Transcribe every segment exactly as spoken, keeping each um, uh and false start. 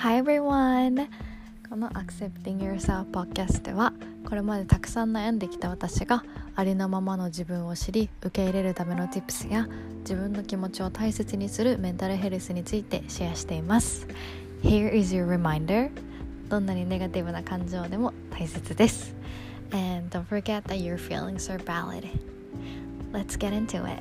Hi everyone! この Accepting Yourself Podcast ではこれまでたくさん悩んできた私がありのままの自分を知り受け入れるための Tips や自分の気持ちを大切にするメンタルヘルスについてシェアしています。 Here is your reminder. どんなにネガティブな感情でも大切です。 And don't forget that your feelings are valid. Let's get into it.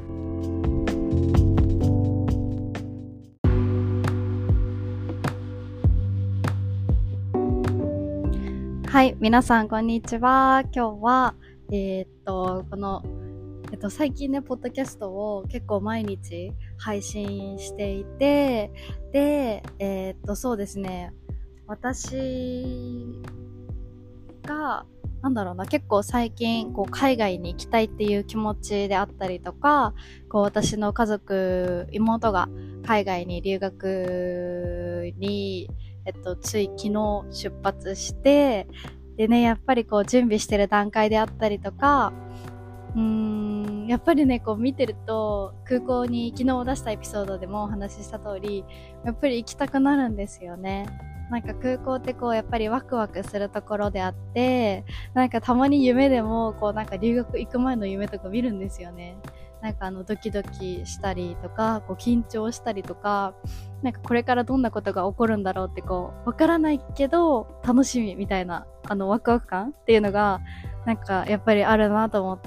はい、皆さんこんにちは。今日はえー、っとこのえっと最近ねポッドキャストを結構毎日配信していて、でえー、っとそうですね、私がなんだろうな、結構最近こう海外に行きたいっていう気持ちであったりとか、こう私の家族妹が海外に留学にえっと、つい昨日出発して、でね、やっぱりこう準備してる段階であったりとか、うーん、やっぱりね、こう見てると、空港に昨日出したエピソードでもお話しした通り、やっぱり行きたくなるんですよね。なんか空港ってこうやっぱりワクワクするところであって、なんかたまに夢でもこうなんか留学行く前の夢とか見るんですよね。なんかあのドキドキしたりとか、こう緊張したりとか、なんかこれからどんなことが起こるんだろうってこうわからないけど楽しみみたいなあのワクワク感っていうのがなんかやっぱりあるなと思って、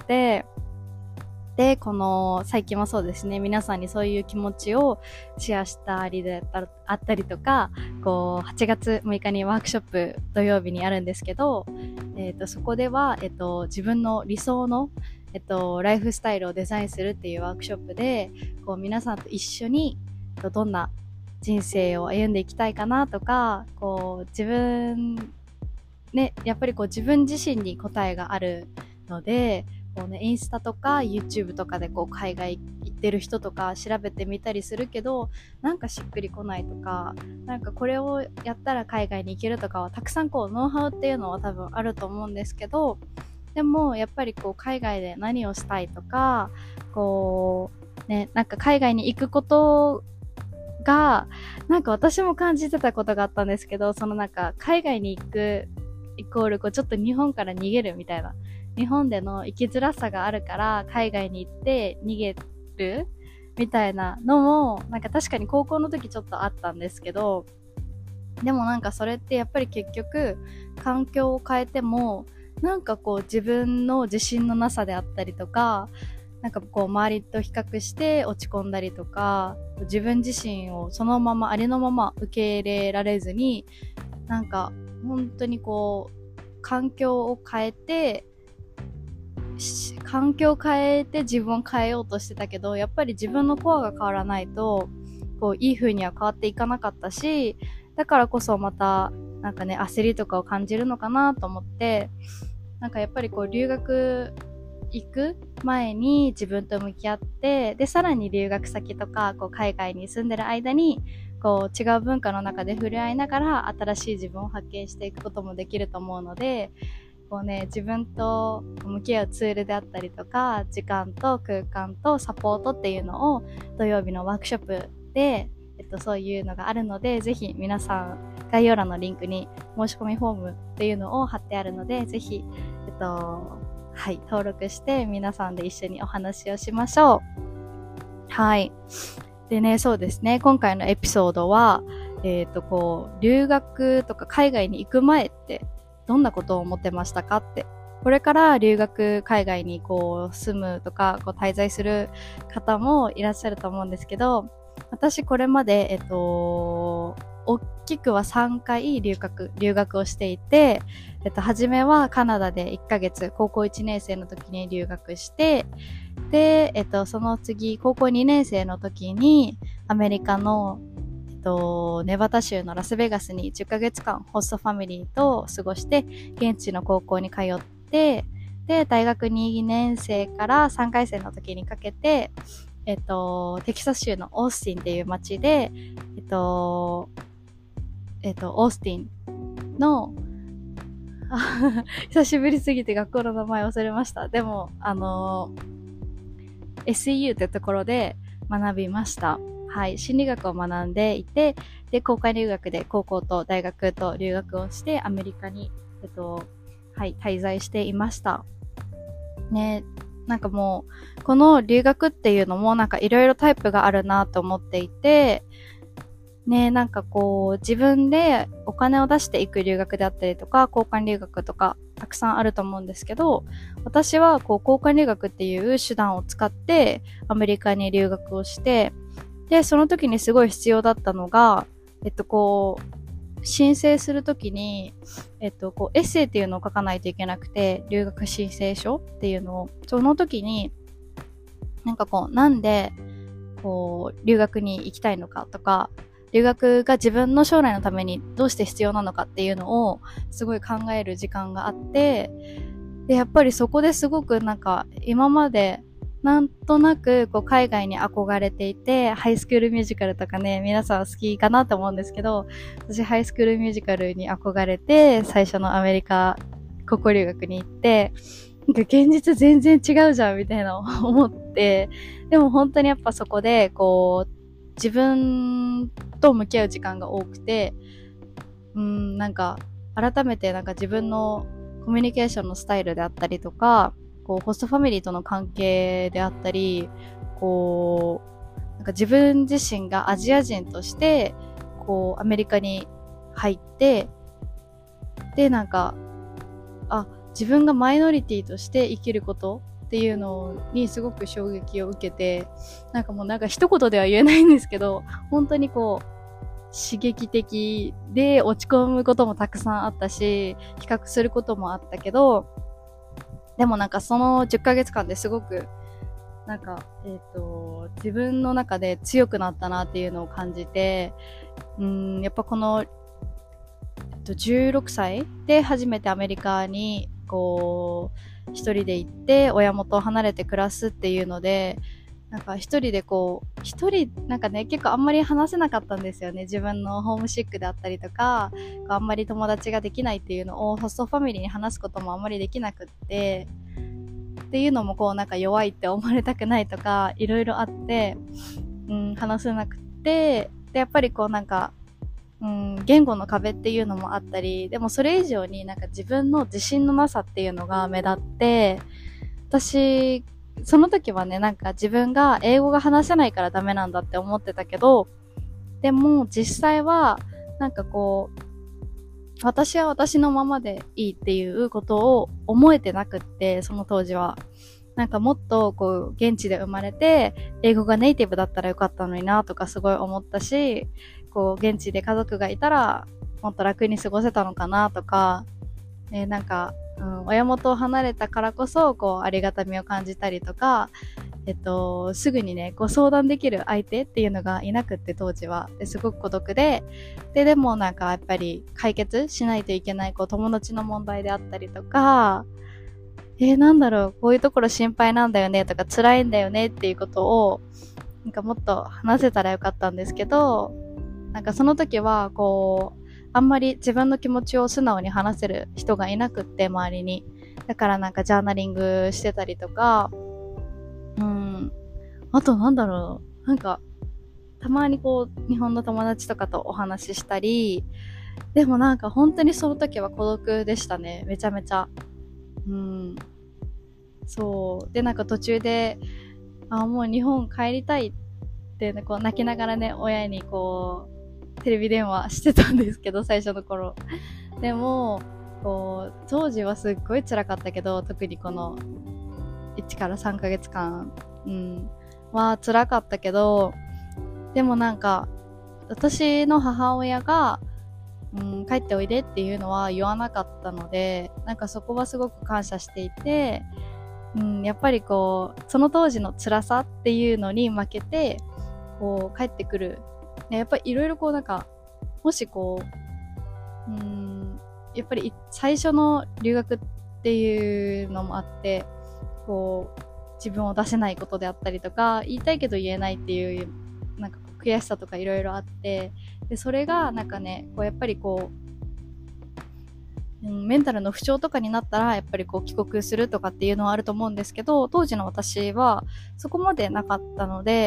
でこの最近もそうですね、皆さんにそういう気持ちをシェアしたりであったりとか、こうはちがつむいかにワークショップ土曜日にあるんですけど、えーとそこでは、えーと自分の理想のえっと、ライフスタイルをデザインするっていうワークショップで、こう皆さんと一緒にどんな人生を歩んでいきたいかなとか、こう自分ね、やっぱりこう自分自身に答えがあるので、こうね、インスタとか YouTube とかでこう海外行ってる人とか調べてみたりするけど、なんかしっくりこないとか、なんかこれをやったら海外に行けるとかはたくさんこうノウハウっていうのは多分あると思うんですけど、でもやっぱりこう海外で何をしたいとか、こうね、なんか海外に行くことがなんか私も感じてたことがあったんですけど、そのなんか海外に行くイコールこうちょっと日本から逃げるみたいな、日本での生きづらさがあるから海外に行って逃げるみたいなのもなんか確かに高校の時ちょっとあったんですけど、でもなんかそれってやっぱり結局環境を変えてもなんかこう自分の自信のなさであったりとか、なんかこう周りと比較して落ち込んだりとか、自分自身をそのままありのまま受け入れられずに、なんか本当にこう環境を変えて環境を変えて自分を変えようとしてたけど、やっぱり自分のコアが変わらないとこういい風には変わっていかなかったし、だからこそまたなんかね焦りとかを感じるのかなと思って、なんかやっぱりこう留学行く前に自分と向き合って、でさらに留学先とかこう海外に住んでる間にこう違う文化の中で触れ合いながら新しい自分を発見していくこともできると思うので、こうね、自分と向き合うツールであったりとか時間と空間とサポートっていうのを土曜日のワークショップで、えっと、そういうのがあるので、ぜひ皆さん概要欄のリンクに申し込みフォームっていうのを貼ってあるので、ぜひ、えっと、はい、登録して皆さんで一緒にお話をしましょう。はい。でね、そうですね、今回のエピソードは、えっと、こう、留学とか海外に行く前ってどんなことを思ってましたかって。これから留学、海外にこう住むとか、こう滞在する方もいらっしゃると思うんですけど、私これまで、えっと、大きくはさんかい留学、留学をしていて、えっと、初めはカナダでいっかげつ、高校いちねん生の時に留学して、で、えっと、その次、高校にねん生の時に、アメリカの、えっと、ネバダ州のラスベガスにじゅっかげつかん、ホストファミリーと過ごして、現地の高校に通って、で、大学にねん生からさんかい生の時にかけて、えっと、テキサス州のオースティンっていう街で、えっと、えっと、オースティンの、久しぶりすぎて学校の名前忘れました。でも、あの、エスイーユー ってところで学びました。 はい、心理学を学んでいて、で、交換留学で高校と大学と留学をして、アメリカに、えっと、はい、滞在していました。ね、なんかもう、この留学っていうのもなんかいろいろタイプがあるなと思っていて、ね、なんかこう、自分でお金を出していく留学であったりとか、交換留学とか、たくさんあると思うんですけど、私はこう、交換留学っていう手段を使って、アメリカに留学をして、で、その時にすごい必要だったのが、えっとこう、申請するときに、えっと、こう、エッセイっていうのを書かないといけなくて、留学申請書っていうのを、その時に、なんかこう、なんで、こう、留学に行きたいのかとか、留学が自分の将来のためにどうして必要なのかっていうのをすごい考える時間があって、で、やっぱりそこですごくなんか今までなんとなくこう海外に憧れていて、ハイスクールミュージカルとかね、皆さん好きかなと思うんですけど、私ハイスクールミュージカルに憧れて、最初のアメリカ高校留学に行って、なんか現実全然違うじゃんみたいな思って、でも本当にやっぱそこでこう、自分と向き合う時間が多くて、うーん、なんか改めてなんか自分のコミュニケーションのスタイルであったりとか、こうホストファミリーとの関係であったり、こうなんか自分自身がアジア人としてこうアメリカに入って、でなんかあ自分がマイノリティとして生きることっていうのにすごく衝撃を受けて、なんかもうなんか一言では言えないんですけど、本当にこう刺激的で落ち込むこともたくさんあったし、比較することもあったけど、でもなんかそのじゅっかげつかんですごくなんか、えっと、自分の中で強くなったなっていうのを感じて、うーん、やっぱこの、えっと、じゅうろくさいで初めてアメリカにこう一人で行って親元を離れて暮らすっていうので、なんか一人でこう一人なんかね結構あんまり話せなかったんですよね。自分のホームシックであったりとか、あんまり友達ができないっていうのをホストファミリーに話すこともあんまりできなくってっていうのもこうなんか弱いって思われたくないとかいろいろあって、うん、話せなくて、でやっぱりこうなんかうん、言語の壁っていうのもあったり、でもそれ以上になんか自分の自信のなさっていうのが目立って、私、その時はね、なんか自分が英語が話せないからダメなんだって思ってたけど、でも実際は、なんかこう、私は私のままでいいっていうことを思えてなくって、その当時は。なんかもっとこう、現地で生まれて、英語がネイティブだったらよかったのになとかすごい思ったし、こう、現地で家族がいたら、もっと楽に過ごせたのかなとか、ね、なんか、うん、親元を離れたからこそ、こう、ありがたみを感じたりとか、えっと、すぐにね、ご相談できる相手っていうのがいなくって当時は。ですごく孤独で、で、でもなんかやっぱり解決しないといけないこう友達の問題であったりとか、えー、なんだろう、こういうところ心配なんだよねとか辛いんだよねっていうことを、なんかもっと話せたらよかったんですけど、なんかその時はこう、あんまり自分の気持ちを素直に話せる人がいなくって周りに。だからなんかジャーナリングしてたりとか、うん。あとなんだろう。なんか、たまにこう、日本の友達とかとお話ししたり、でもなんか本当にその時は孤独でしたね。めちゃめちゃ。うん。そう。で、なんか途中で、あ、もう日本帰りたいって、ね、こう泣きながらね、親にこう、テレビ電話してたんですけど、最初の頃。でも、こう、当時はすっごい辛かったけど、特にこの、いちからさんかげつかん、うん、は辛かったけど、でもなんか、私の母親が、うん、帰っておいでっていうのは言わなかったので、なんかそこはすごく感謝していて、うん、やっぱりこう、その当時の辛さっていうのに負けて、こう、帰ってくる。ね、やっぱりいろいろこうなんか、もしこう、うん、やっぱり最初の留学っていうのもあって、こう、自分を出せないことであったりとか、言いたいけど言えないっていう、なんか悔しさとかいろいろあって、で、それがなんかね、こうやっぱりこう、うん、メンタルの不調とかになったら、やっぱりこう帰国するとかっていうのはあると思うんですけど、当時の私はそこまでなかったので、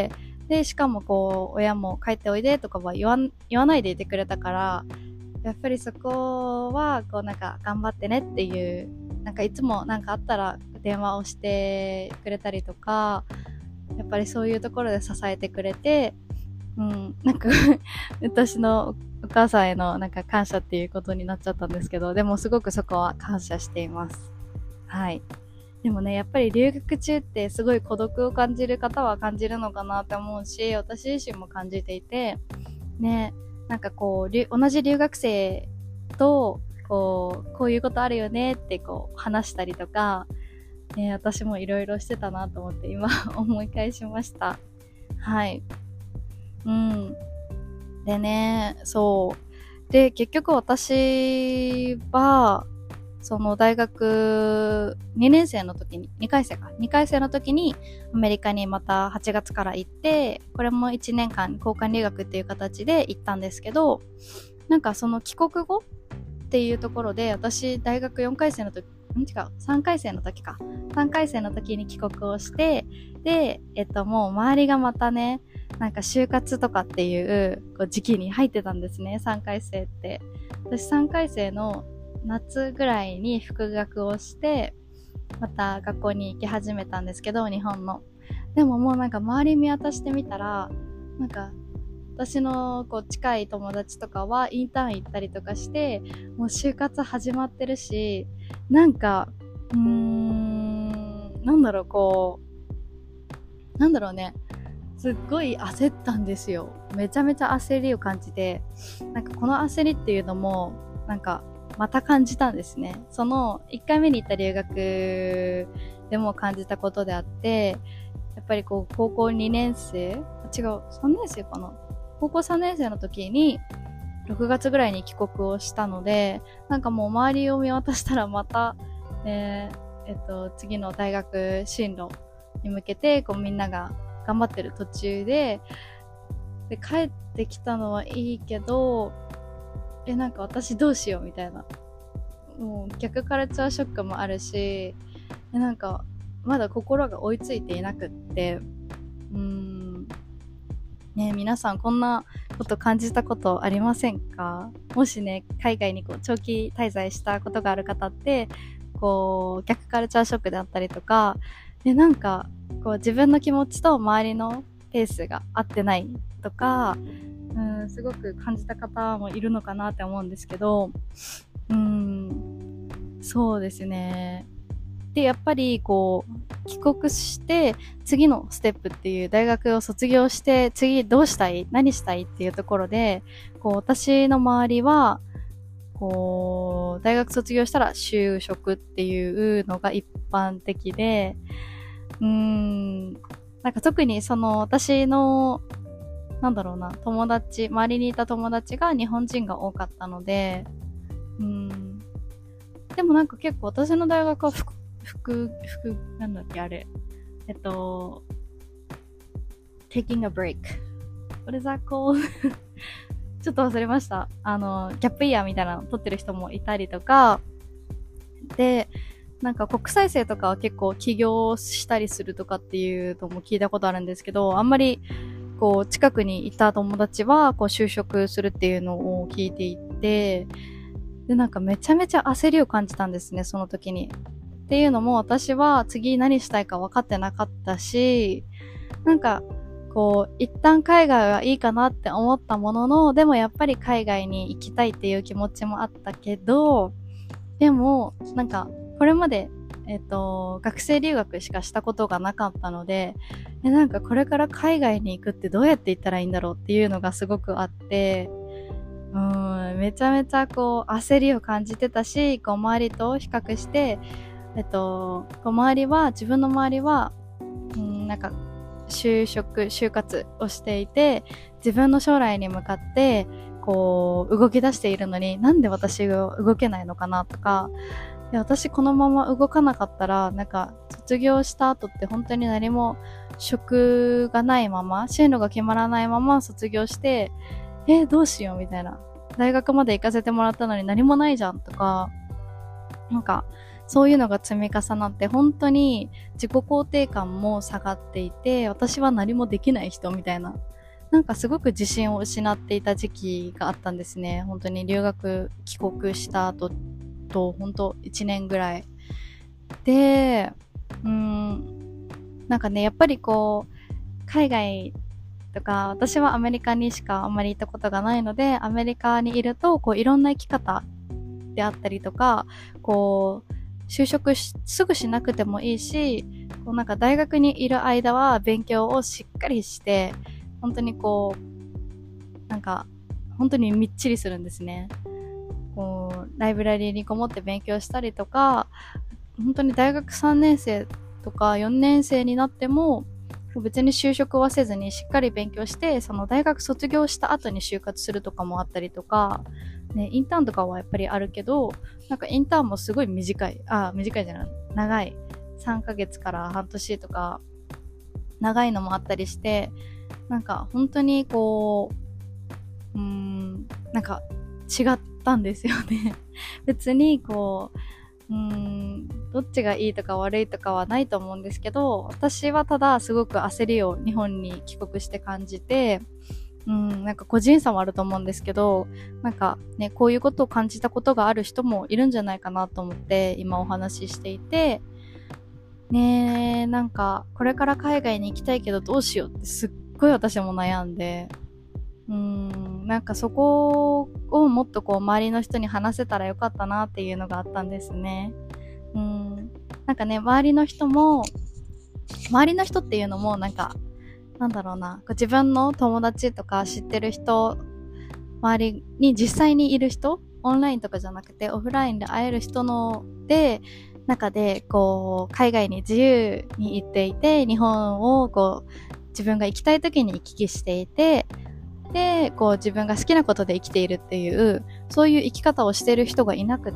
で、しかもこう、親も帰っておいでとかは言わん、言わないでいてくれたから、やっぱりそこは、こうなんか頑張ってねっていう、なんかいつもなんかあったら電話をしてくれたりとか、やっぱりそういうところで支えてくれて、うん、なんか私のお母さんへのなんか感謝っていうことになっちゃったんですけど、でもすごくそこは感謝しています。はい。でもね、やっぱり留学中ってすごい孤独を感じる方は感じるのかなって思うし、私自身も感じていて、ね、なんかこう、同じ留学生と、こう、こういうことあるよねってこう話したりとか、ね、私もいろいろしてたなと思って今思い返しました。はい。うん。でね、そう。で、結局私は、その大学にねん生の時に、にかい生か、にかい生の時にアメリカにまたはちがつから行って、これもいちねんかん交換留学っていう形で行ったんですけど、なんかその帰国後っていうところで、私大学よんかい生の時、ん違う、さんかい生の時か。さんかい生の時に帰国をして、で、えっともう周りがまたね、なんか就活とかっていうこう時期に入ってたんですね、さんかい生って。私さんかい生の夏ぐらいに復学をして、また学校に行き始めたんですけど、日本の。でももうなんか周り見渡してみたら、なんか私のこう近い友達とかはインターン行ったりとかして、もう就活始まってるし、なんか、うーん、なんだろう、こう、なんだろうね、すっごい焦ったんですよ。めちゃめちゃ焦りを感じて、なんかこの焦りっていうのも、なんか、また感じたんですね。そのいっかいめに行った留学でも感じたことであって、やっぱりこう高校にねん生、違う、さんねん生かな、高校さんねん生の時にろくがつぐらいに帰国をしたので、なんかもう周りを見渡したらまた、ね、えっと、次の大学進路に向けてこうみんなが頑張ってる途中で、で帰ってきたのはいいけど、え、なんか私どうしようみたいな。もう逆カルチャーショックもあるし、え、なんかまだ心が追いついていなくって、うーん。ね、皆さんこんなこと感じたことありませんか？もしね、海外にこう長期滞在したことがある方って、こう、逆カルチャーショックであったりとか、で、なんか、こう自分の気持ちと周りのペースが合ってないとか、うん、すごく感じた方もいるのかなって思うんですけど、うん、そうですね。で、やっぱりこう、帰国して次のステップっていう、大学を卒業して次どうしたい？何したい？っていうところで、こう私の周りは、こう、大学卒業したら就職っていうのが一般的で、うーん、なんか特にその私のなんだろうな、友達、周りにいた友達が日本人が多かったので、うん。でもなんか結構私の大学は服、服、服、なんだっけあれ。えっと、taking a break. What is that called? ちょっと忘れました。あの、ギャップイヤーみたいなの取ってる人もいたりとか、で、なんか国際生とかは結構起業したりするとかっていうのも聞いたことあるんですけど、あんまりこう近くにいた友達はこう就職するっていうのを聞いていて、でなんかめちゃめちゃ焦りを感じたんですね、その時に。っていうのも私は次何したいか分かってなかったし、なんかこう一旦海外はいいかなって思ったものの、でもやっぱり海外に行きたいっていう気持ちもあったけど、でもなんかこれまでえっと、学生留学しかしたことがなかったので、え、なんかこれから海外に行くってどうやって行ったらいいんだろうっていうのがすごくあって、うーん、めちゃめちゃこう焦りを感じてたし、こう周りと比較して、えっと、こう周りは、自分の周りは、うん、なんか就職、就活をしていて、自分の将来に向かって、こう動き出しているのに、なんで私が動けないのかなとか、で私このまま動かなかったら、なんか卒業した後って本当に何も職がないまま、進路が決まらないまま卒業して、えー、どうしようみたいな。大学まで行かせてもらったのに何もないじゃんとか、なんかそういうのが積み重なって本当に自己肯定感も下がっていて、私は何もできない人みたいな、なんかすごく自信を失っていた時期があったんですね。本当に留学帰国した後と本当いちねんぐらいで、うーんなんかね、やっぱりこう海外とか、私はアメリカにしかあんまり行ったことがないので、アメリカにいるとこういろんな生き方であったりとか、こう就職しすぐしなくてもいいし、こうなんか大学にいる間は勉強をしっかりして、本当にこうなんか本当にみっちりするんですね。こうライブラリーにこもって勉強したりとか、本当に大学さんねん生とかよねん生になっても別に就職はせずにしっかり勉強して、その大学卒業した後に就活するとかもあったりとか、ね、インターンとかはやっぱりあるけど、なんかインターンもすごい短い、あ、短いじゃない、長い、さんかげつから半年とか長いのもあったりして、なんか本当にこう、うーん、なんか違ったんですよね。別にこう、うーんどっちがいいとか悪いとかはないと思うんですけど、私はただすごく焦りを日本に帰国して感じて、うんなんか個人差もあると思うんですけど、なんかね、こういうことを感じたことがある人もいるんじゃないかなと思って今お話ししていて、ねえ、なんかこれから海外に行きたいけどどうしようってすっごい私も悩んで、うーんなんかそこをもっとこう周りの人に話せたらよかったなっていうのがあったんですね。うーんなんかね、周りの人も周りの人っていうのもなんかなんだろうな、自分の友達とか知ってる人、周りに実際にいる人、オンラインとかじゃなくてオフラインで会える人ので中でこう海外に自由に行っていて、日本をこう自分が行きたい時に行き来していて、でこう自分が好きなことで生きているっていう、そういう生き方をしている人がいなくって、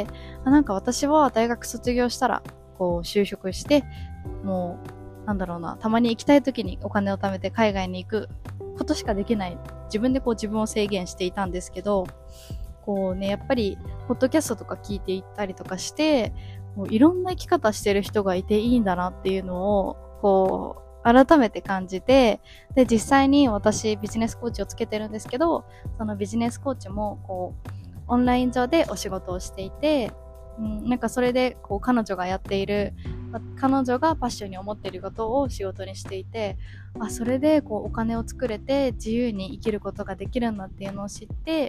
なんか私は大学卒業したらこう就職して、もうなんだろうな、たまに行きたい時にお金を貯めて海外に行くことしかできない、自分でこう自分を制限していたんですけど、こうね、やっぱりポッドキャストとか聞いていったりとかして、もういろんな生き方してる人がいていいんだなっていうのをこう改めて感じて、で実際に私ビジネスコーチをつけてるんですけど、そのビジネスコーチもこうオンライン上でお仕事をしていて、うん、なんかそれでこう彼女がやっている、彼女がパッションに思っていることを仕事にしていて、あ、それでこうお金を作れて自由に生きることができるんだっていうのを知って、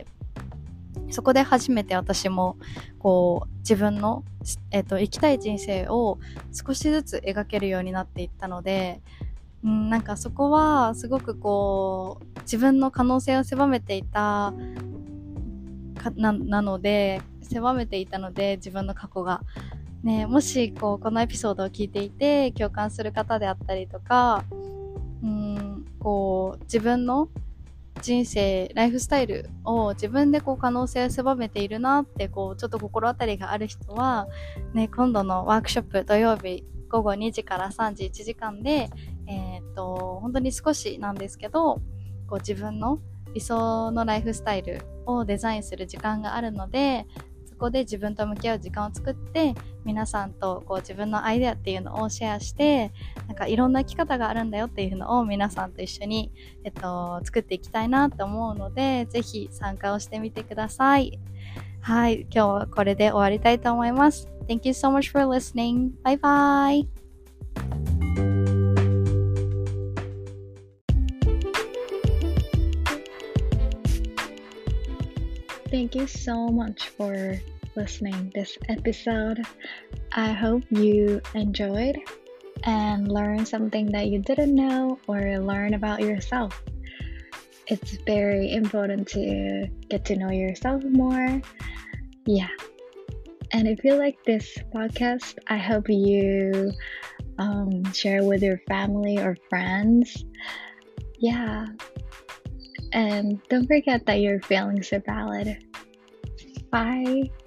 そこで初めて私もこう自分の、えっと、生きたい人生を少しずつ描けるようになっていったので、うん、なんかそこはすごくこう自分の可能性を狭めていたか な, なので狭めていたので、自分の過去がね、もしこうこのエピソードを聞いていて共感する方であったりとか、うん、こう自分の人生、ライフスタイルを自分でこう可能性を狭めているなってこうちょっと心当たりがある人は、ね、今度のワークショップ土曜日ごごにじからさんじいちじかんで、えー、っと本当に少しなんですけど、こう自分の理想のライフスタイルをデザインする時間があるので、そこで自分と向き合う時間を作って皆さんとこう自分のアイデアっていうのをシェアして、なんかいろんな生き方があるんだよっていうのを皆さんと一緒に、えっと、作っていきたいなと思うので、ぜひ参加をしてみてください。はい、今日はこれで終わりたいと思います。Thank you so much for listening. Bye bye! Thank you so much for listening this episode. I hope you enjoyed and learned something that you didn't know or learn about yourself. It's very important to get to know yourself more. Yeah. And if you like this podcast, I hope you um, share with your family or friends. Yeah. And don't forget that your feelings are valid. Bye.